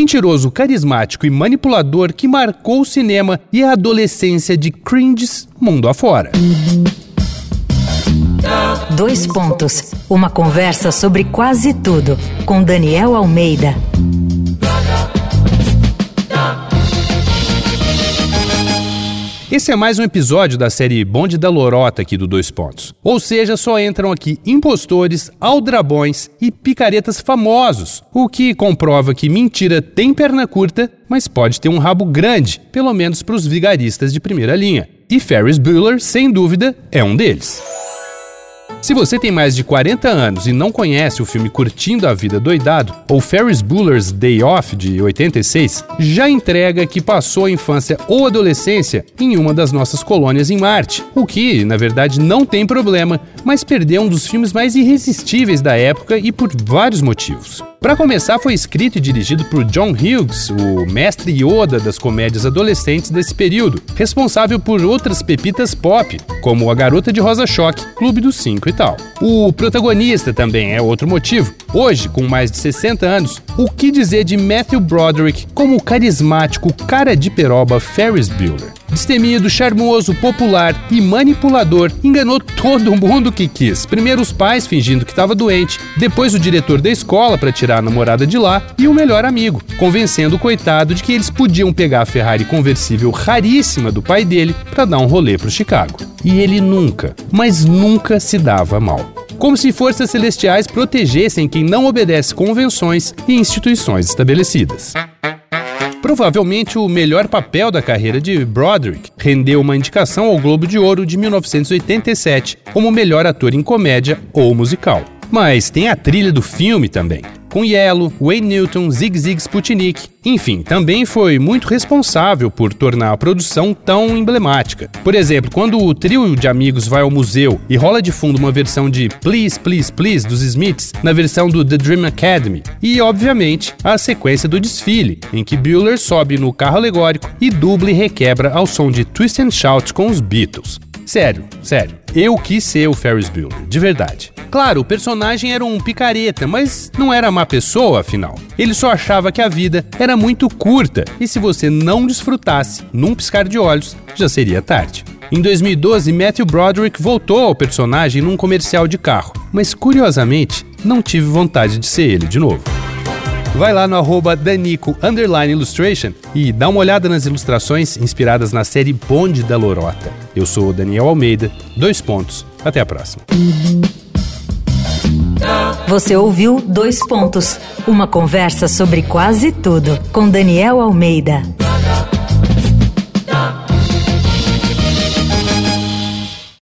mentiroso carismático e manipulador que marcou o cinema e a adolescência de cringes mundo afora. 2 pontos. Uma conversa sobre quase tudo com Daniel Almeida. Esse é mais um episódio da série Bonde da Lorota aqui do 2 pontos. Ou seja, só entram aqui impostores, aldrabões e picaretas famosos, o que comprova que mentira tem perna curta, mas pode ter um rabo grande, pelo menos para os vigaristas de primeira linha. E Ferris Bueller, sem dúvida, é um deles. Se você tem mais de 40 anos e não conhece o filme Curtindo a Vida Doidado, ou Ferris Bueller's Day Off, de 86, já entrega que passou a infância ou adolescência em uma das nossas colônias em Marte, o que, na verdade, não tem problema, mas perdeu um dos filmes mais irresistíveis da época e por vários motivos. Para começar, foi escrito e dirigido por John Hughes, o mestre Yoda das comédias adolescentes desse período, responsável por outras pepitas pop, como A Garota de Rosa Choque, Clube dos 5 e tal. O protagonista também é outro motivo. Hoje, com mais de 60 anos, o que dizer de Matthew Broderick como o carismático cara de peroba Ferris Bueller? Destemido, charmoso, popular e manipulador, enganou todo mundo que quis. Primeiro os pais fingindo que estava doente, depois o diretor da escola para tirar a namorada de lá e o melhor amigo, convencendo o coitado de que eles podiam pegar a Ferrari conversível raríssima do pai dele para dar um rolê pro Chicago. E ele nunca, mas nunca se dava mal. Como se forças celestiais protegessem quem não obedece convenções e instituições estabelecidas. Provavelmente o melhor papel da carreira de Broderick rendeu uma indicação ao Globo de Ouro de 1987 como melhor ator em comédia ou musical. Mas tem a trilha do filme também, com Yellow, Wayne Newton, Zig Zig Sputnik. Enfim, também foi muito responsável por tornar a produção tão emblemática. Por exemplo, quando o trio de amigos vai ao museu e rola de fundo uma versão de Please, Please, Please dos Smiths na versão do The Dream Academy. E, obviamente, a sequência do desfile, em que Bueller sobe no carro alegórico e dubla e requebra ao som de Twist and Shout com os Beatles. Sério, eu quis ser o Ferris Bueller, de verdade. Claro, o personagem era um picareta, mas não era má pessoa, afinal. Ele só achava que a vida era muito curta e se você não desfrutasse num piscar de olhos, já seria tarde. Em 2012, Matthew Broderick voltou ao personagem num comercial de carro, mas curiosamente, não tive vontade de ser ele de novo. Vai lá no @Danico_Illustration e dá uma olhada nas ilustrações inspiradas na série Bonde da Lorota. Eu sou o Daniel Almeida, 2 pontos. Até a próxima. Você ouviu 2 pontos. Uma conversa sobre quase tudo com Daniel Almeida.